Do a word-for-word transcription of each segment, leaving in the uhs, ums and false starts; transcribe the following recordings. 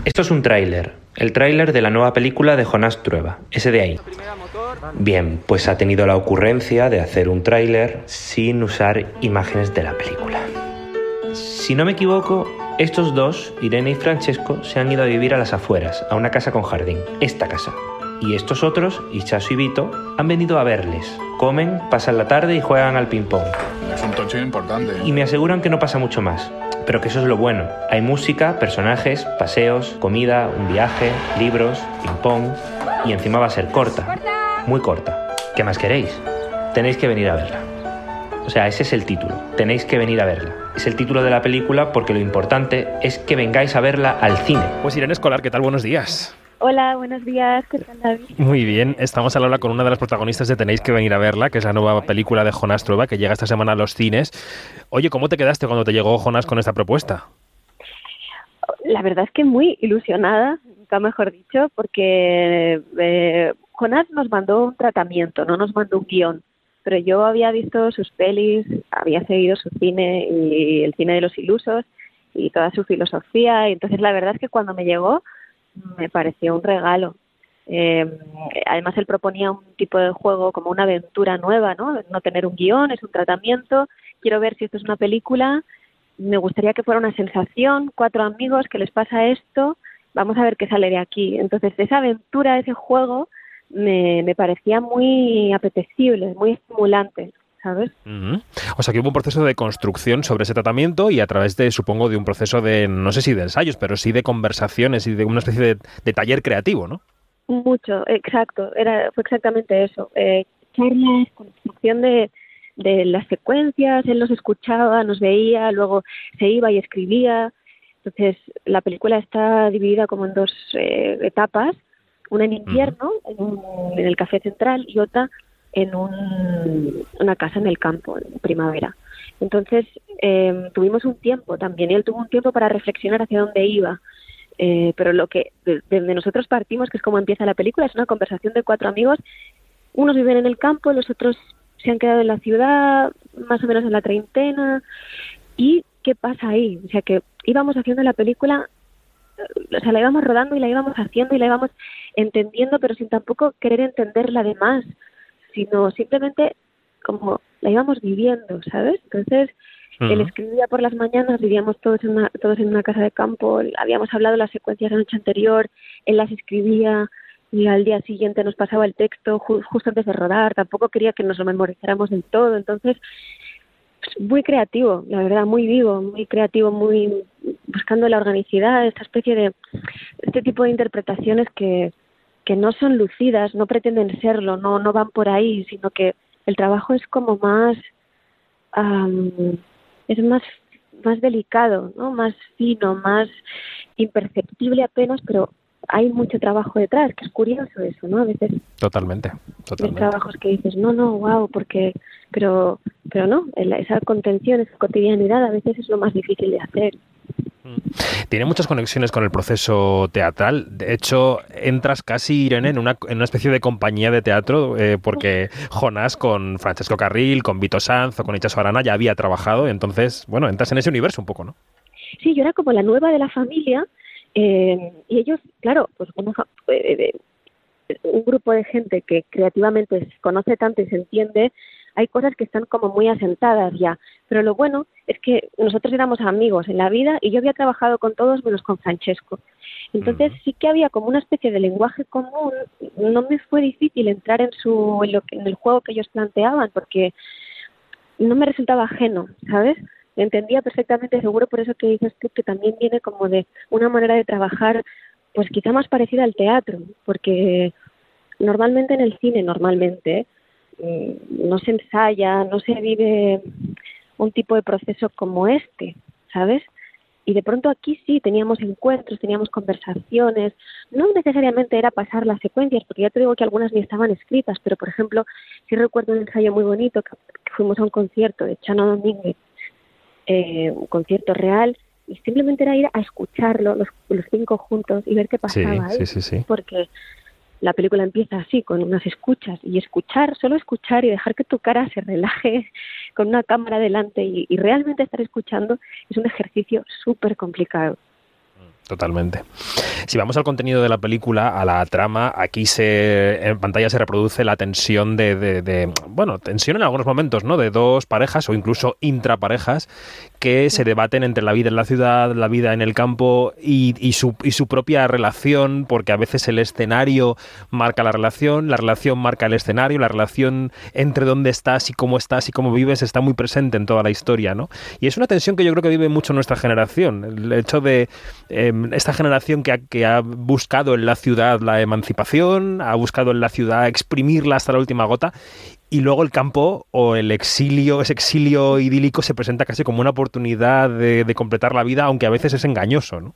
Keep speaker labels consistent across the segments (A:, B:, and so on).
A: Esto es un tráiler, el tráiler de la nueva película de Jonás Trueba, ese de ahí. Bien, pues ha tenido la ocurrencia de hacer un tráiler sin usar imágenes de la película. Si no me equivoco, estos dos, Irene y Francesco, se han ido a vivir a las afueras, a una casa con jardín, esta casa. Y estos otros, Ichazo y Vito, han venido a verles. Comen, pasan la tarde y juegan al ping-pong.
B: Es un tocho importante.
A: Y me aseguran que no pasa mucho más. Pero que eso es lo bueno. Hay música, personajes, paseos, comida, un viaje, libros, ping-pong. Y encima va a ser corta. Muy corta. ¿Qué más queréis? Tenéis que venir a verla. O sea, ese es el título. Tenéis que venir a verla. Es el título de la película porque lo importante es que vengáis a verla al cine.
C: Pues Irene Escolar, ¿qué tal? Buenos días.
D: Hola, buenos días, ¿qué tal, David?
C: Muy bien, estamos al habla con una de las protagonistas de Tenéis que venir a verla, que es la nueva película de Jonás Trueba, que llega esta semana a los cines. Oye, ¿cómo te quedaste cuando te llegó Jonás con esta propuesta?
D: La verdad es que muy ilusionada, nunca mejor dicho, porque eh, Jonás nos mandó un tratamiento, no nos mandó un guión, pero yo había visto sus pelis, había seguido su cine y el cine de los ilusos y toda su filosofía, y entonces la verdad es que cuando me llegó me pareció un regalo. Eh, además él proponía un tipo de juego como una aventura nueva, ¿no? No tener un guión, es un tratamiento, quiero ver si esto es una película, me gustaría que fuera una sensación, cuatro amigos que les pasa esto, vamos a ver qué sale de aquí. Entonces esa aventura, ese juego me, me parecía muy apetecible, muy estimulante, ¿sabes?
C: Uh-huh. O sea que hubo un proceso de construcción sobre ese tratamiento y a través de, supongo, de un proceso de, no sé si de ensayos, pero sí de conversaciones y de una especie de, de taller creativo, ¿no?
D: Mucho, exacto, era fue exactamente eso. Eh, charlas, construcción de, de las secuencias, él nos escuchaba, nos veía, luego se iba y escribía. Entonces la película está dividida como en dos eh, etapas, una en invierno, uh-huh. en, un, en el Café Central, y otra en un, una casa en el campo, en primavera. Entonces eh, tuvimos un tiempo también, y él tuvo un tiempo para reflexionar hacia dónde iba. Eh, pero lo que desde de, de nosotros partimos, que es como empieza la película, es una conversación de cuatro amigos. Unos viven en el campo, los otros se han quedado en la ciudad, más o menos en la treintena. ¿Y qué pasa ahí? O sea, que íbamos haciendo la película, o sea, la íbamos rodando y la íbamos haciendo y la íbamos entendiendo, pero sin tampoco querer entenderla de más, sino simplemente como la íbamos viviendo, ¿sabes? Entonces uh-huh. él escribía por las mañanas, vivíamos todos en una, todos en una casa de campo, habíamos hablado las secuencias la noche anterior, él las escribía y al día siguiente nos pasaba el texto ju- justo antes de rodar, tampoco quería que nos lo memorizáramos del todo, entonces pues, muy creativo, la verdad, muy vivo, muy creativo, muy buscando la organicidad, esta especie de, este tipo de interpretaciones que que no son lucidas, no pretenden serlo, no no van por ahí, sino que el trabajo es como más um, es más más delicado, ¿no? Más fino, más imperceptible apenas, pero hay mucho trabajo detrás, que es curioso eso, ¿no? A veces
C: totalmente, totalmente.
D: Hay trabajos que dices, no, no, wow, porque pero pero no, esa contención, esa cotidianidad a veces es lo más difícil de hacer.
C: Tiene muchas conexiones con el proceso teatral. De hecho, entras casi, Irene, en una, en una especie de compañía de teatro, eh, porque Jonás con Francesco Carril, con Vito Sanz o con Ichazo Arana ya había trabajado. Entonces, bueno, entras en ese universo un poco, ¿no?
D: Sí, yo era como la nueva de la familia eh, y ellos, claro, pues una, eh, un grupo de gente que creativamente se conoce tanto y se entiende, hay cosas que están como muy asentadas ya, pero lo bueno es que nosotros éramos amigos en la vida y yo había trabajado con todos menos con Francesco. Entonces sí que había como una especie de lenguaje común, no me fue difícil entrar en su en, lo que, en el juego que ellos planteaban porque no me resultaba ajeno, ¿sabes? Entendía perfectamente, seguro por eso que dices tú, que también viene como de una manera de trabajar pues quizá más parecida al teatro, porque normalmente en el cine, normalmente, eh, no se ensaya, no se vive un tipo de proceso como este, ¿sabes? Y de pronto aquí sí, teníamos encuentros, teníamos conversaciones, no necesariamente era pasar las secuencias, porque ya te digo que algunas ni estaban escritas, pero por ejemplo, sí recuerdo un ensayo muy bonito, que, que fuimos a un concierto de Chano Domínguez, eh, un concierto real, y simplemente era ir a escucharlo, los, los cinco juntos, y ver qué pasaba
C: sí,
D: ahí,
C: sí, sí, sí.
D: porque la película empieza así, con unas escuchas, y escuchar, solo escuchar y dejar que tu cara se relaje con una cámara delante y, y realmente estar escuchando es un ejercicio súper complicado.
C: Totalmente. Si vamos al contenido de la película, a la trama, aquí se en pantalla se reproduce la tensión de, de, de bueno, tensión en algunos momentos, ¿no? De dos parejas o incluso intraparejas que se debaten entre la vida en la ciudad, la vida en el campo y, y, su, y su propia relación, porque a veces el escenario marca la relación, la relación marca el escenario, la relación entre dónde estás y cómo estás y cómo vives está muy presente en toda la historia, ¿no? Y es una tensión que yo creo que vive mucho nuestra generación, el hecho de eh, esta generación que ha, que ha buscado en la ciudad la emancipación, ha buscado en la ciudad exprimirla hasta la última gota, y luego el campo o el exilio, ese exilio idílico se presenta casi como una oportunidad de, de completar la vida, aunque a veces es engañoso, ¿no?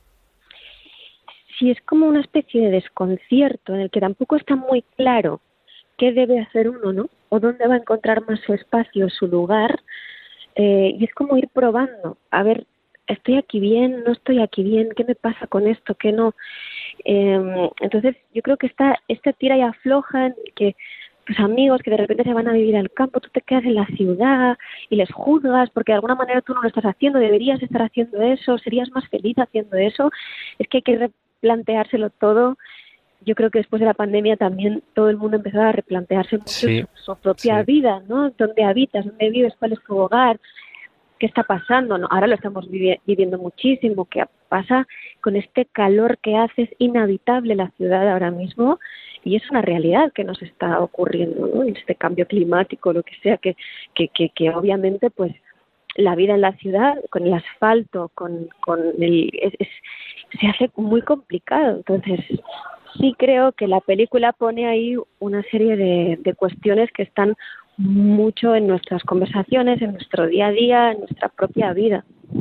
D: Sí, es como una especie de desconcierto en el que tampoco está muy claro qué debe hacer uno, ¿no? O dónde va a encontrar más su espacio, su lugar, eh, y es como ir probando, a ver, estoy aquí bien, no estoy aquí bien, ¿qué me pasa con esto, qué no? Eh, entonces, yo creo que esta, esta tira y afloja en que tus amigos que de repente se van a vivir al campo, tú te quedas en la ciudad y les juzgas porque de alguna manera tú no lo estás haciendo, deberías estar haciendo eso, serías más feliz haciendo eso. Es que hay que replanteárselo todo. Yo creo que después de la pandemia también todo el mundo empezó a replantearse mucho
C: Sí,
D: su, su propia
C: sí.
D: vida, ¿no? ¿Dónde habitas? ¿Dónde vives? ¿Cuál es tu hogar? ¿Qué está pasando? ¿No? Ahora lo estamos vivi- viviendo muchísimo. ¿Qué pasa con este calor que hace? Es inhabitable la ciudad ahora mismo y es una realidad que nos está ocurriendo, ¿no? Este cambio climático, lo que sea, que, que, que, que obviamente pues la vida en la ciudad, con el asfalto, con, con el... Es, es, se hace muy complicado. Entonces, sí creo que la película pone ahí una serie de, de cuestiones que están mucho en nuestras conversaciones, en nuestro día a día, en nuestra propia vida.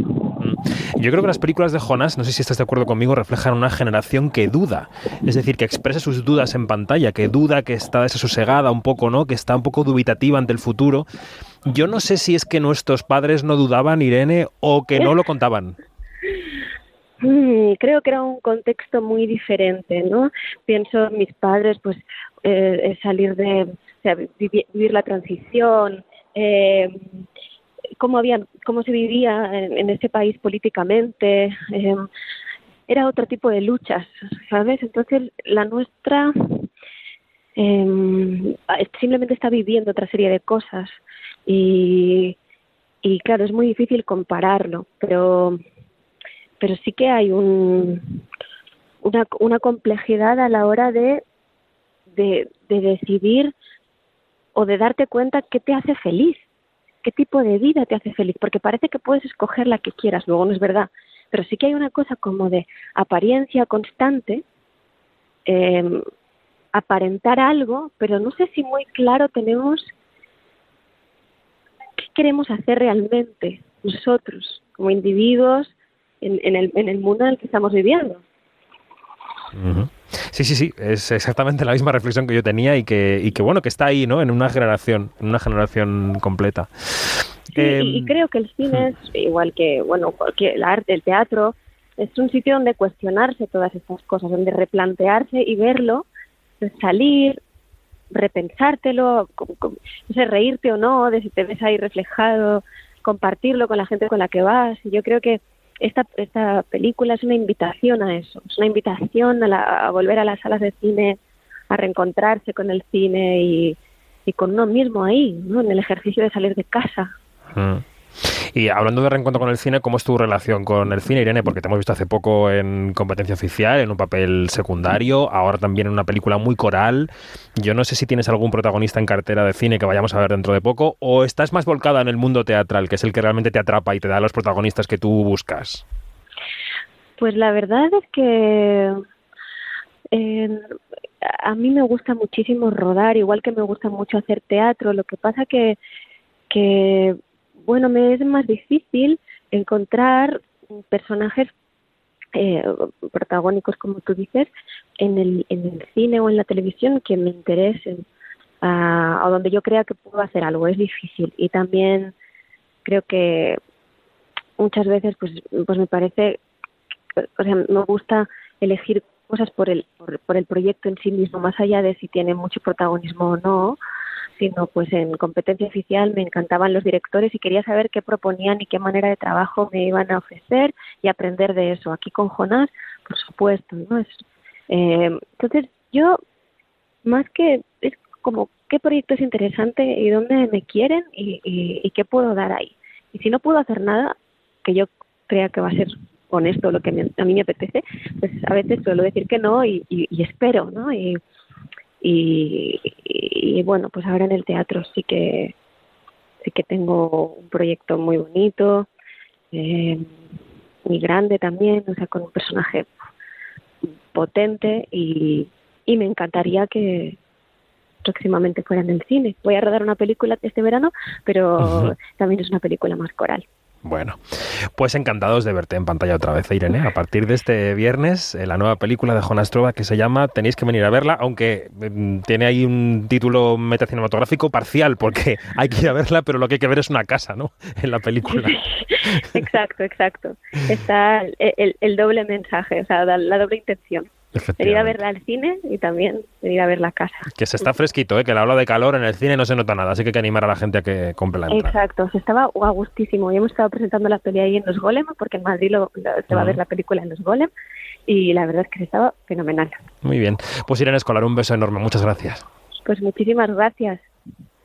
C: Yo creo que las películas de Jonas, no sé si estás de acuerdo conmigo, reflejan una generación que duda, es decir, que expresa sus dudas en pantalla, que duda, que está desasosegada un poco, ¿no? Que está un poco dubitativa ante el futuro. Yo no sé si es que nuestros padres no dudaban, Irene, o que no lo contaban.
D: Mm, creo que era un contexto muy diferente, ¿no? Pienso en mis padres, pues eh, salir de, o sea, vivir, vivir la transición, eh, cómo había, cómo se vivía en, en ese país políticamente, eh, era otro tipo de luchas, ¿sabes? Entonces la nuestra eh, simplemente está viviendo otra serie de cosas y, y claro, es muy difícil compararlo, pero pero sí que hay un, una, una complejidad a la hora de, de, de decidir o de darte cuenta qué te hace feliz, qué tipo de vida te hace feliz, porque parece que puedes escoger la que quieras, luego no es verdad, pero sí que hay una cosa como de apariencia constante, eh, aparentar algo, pero no sé si muy claro tenemos qué queremos hacer realmente nosotros como individuos, En, en, el, en el mundo en el que estamos viviendo.
C: Uh-huh. Sí, sí, sí, es exactamente la misma reflexión que yo tenía y que, y que bueno, que está ahí, ¿no? En una generación, en una generación completa.
D: Sí, eh, y, y creo que el cine es igual que, bueno, cualquier, el arte, el teatro, es un sitio donde cuestionarse todas estas cosas, donde replantearse y verlo, salir, repensártelo, como, como, no sé, reírte o no, de si te ves ahí reflejado, compartirlo con la gente con la que vas. Y yo creo que Esta, esta película es una invitación a eso, es una invitación a, la, a volver a las salas de cine, a reencontrarse con el cine y, y con uno mismo ahí, ¿no? En el ejercicio de salir de casa.
C: Mm. Y hablando de reencuentro con el cine, ¿cómo es tu relación con el cine, Irene? Porque te hemos visto hace poco en Competencia Oficial, en un papel secundario, ahora también en una película muy coral. Yo no sé si tienes algún protagonista en cartera de cine que vayamos a ver dentro de poco, o estás más volcada en el mundo teatral, que es el que realmente te atrapa y te da los protagonistas que tú buscas.
D: Pues la verdad es que eh, a mí me gusta muchísimo rodar, igual que me gusta mucho hacer teatro. Lo que pasa que que bueno, me es más difícil encontrar personajes eh, protagónicos, como tú dices, en el, en el cine o en la televisión que me interesen, uh, o donde yo crea que puedo hacer algo. Es difícil. Y también creo que muchas veces pues pues me parece, o sea, me gusta elegir cosas por el por, por el proyecto en sí mismo, más allá de si tiene mucho protagonismo o no. sino pues en competencia oficial me encantaban los directores y quería saber qué proponían y qué manera de trabajo me iban a ofrecer y aprender de eso. Aquí con Jonás, por supuesto, ¿no? Es, eh, entonces yo, más que, es como qué proyecto es interesante y dónde me quieren y, y, y qué puedo dar ahí. Y si no puedo hacer nada, que yo crea que va a ser honesto lo que me, a mí me apetece, pues a veces suelo decir que no y, y, y espero, ¿no? Y, y, y, y bueno, pues ahora en el teatro sí que sí que tengo un proyecto muy bonito, eh, muy grande también, o sea, con un personaje potente y, y me encantaría que próximamente fuera en el cine. Voy a rodar una película este verano, pero uh-huh. también es una película más coral.
C: Bueno, pues encantados de verte en pantalla otra vez, Irene. A partir de este viernes, eh, la nueva película de Jonás Trueba que se llama Tenéis que venir a verla, aunque eh, tiene ahí un título metacinematográfico parcial, porque hay que ir a verla, pero lo que hay que ver es una casa, ¿no? En la película.
D: Exacto, exacto. Está el, el, el doble mensaje, o sea, la doble intención. Venir a verla al cine y también venir a ver la casa.
C: Que se está fresquito, ¿eh? Que la ola de calor en el cine no se nota nada, así que hay que animar a la gente a que compre la entrada.
D: Exacto, se estaba a gustísimo. Y hemos estado presentando la peli ahí en Los Golem, porque en Madrid lo, lo, se va uh-huh. a ver la película en Los Golem, y la verdad es que estaba fenomenal.
C: Muy bien. Pues Irene Escolar, un beso enorme, muchas gracias.
D: Pues muchísimas gracias.